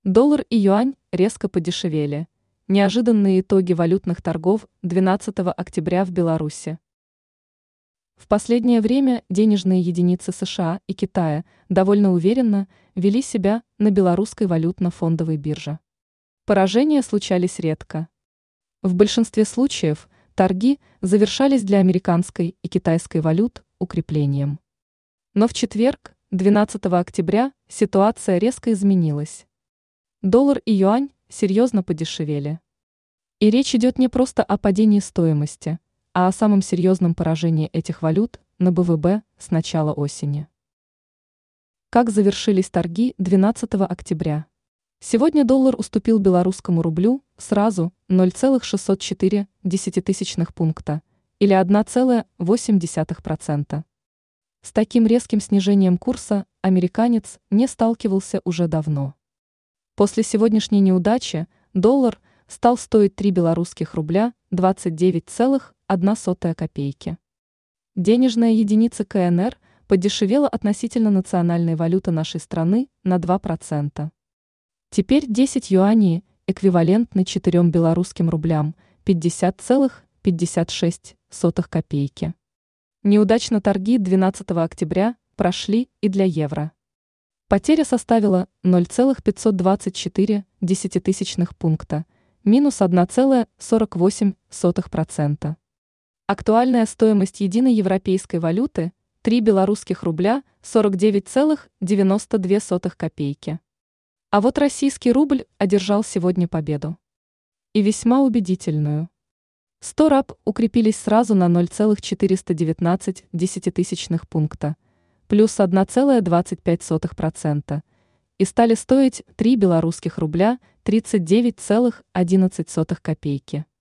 Доллар и юань резко подешевели. Неожиданные итоги валютных торгов 12 октября в Беларуси. В последнее время денежные единицы США и Китая довольно уверенно вели себя на белорусской валютно-фондовой бирже. Поражения случались редко. В большинстве случаев торги завершались для американской и китайской валют укреплением. Но в четверг, 12 октября, ситуация резко изменилась. Доллар и юань серьезно подешевели. И речь идет не просто о падении стоимости, а о самом серьезном поражении этих валют на БВБ с начала осени. Как завершились торги 12 октября? Сегодня доллар уступил белорусскому рублю сразу 0,604 пункта или 1,8%. С таким резким снижением курса американец не сталкивался уже давно. После сегодняшней неудачи доллар стал стоить 3 белорусских рубля 29,1 копейки. Денежная единица КНР подешевела относительно национальной валюты нашей страны на 2%. Теперь 10 юаней эквивалентны 4 белорусским рублям 50,56 копейки. Неудачно торги 12 октября прошли и для евро. Потеря составила 0,524 пункта, минус 1,48%. Актуальная стоимость единой европейской валюты – 3 белорусских рубля 49,92 копейки. А вот российский рубль одержал сегодня победу. И весьма убедительную. 100 раб укрепились сразу на 0,419 пункта, плюс 1,25%, и стали стоить 3 белорусских рубля 39,11 копейки.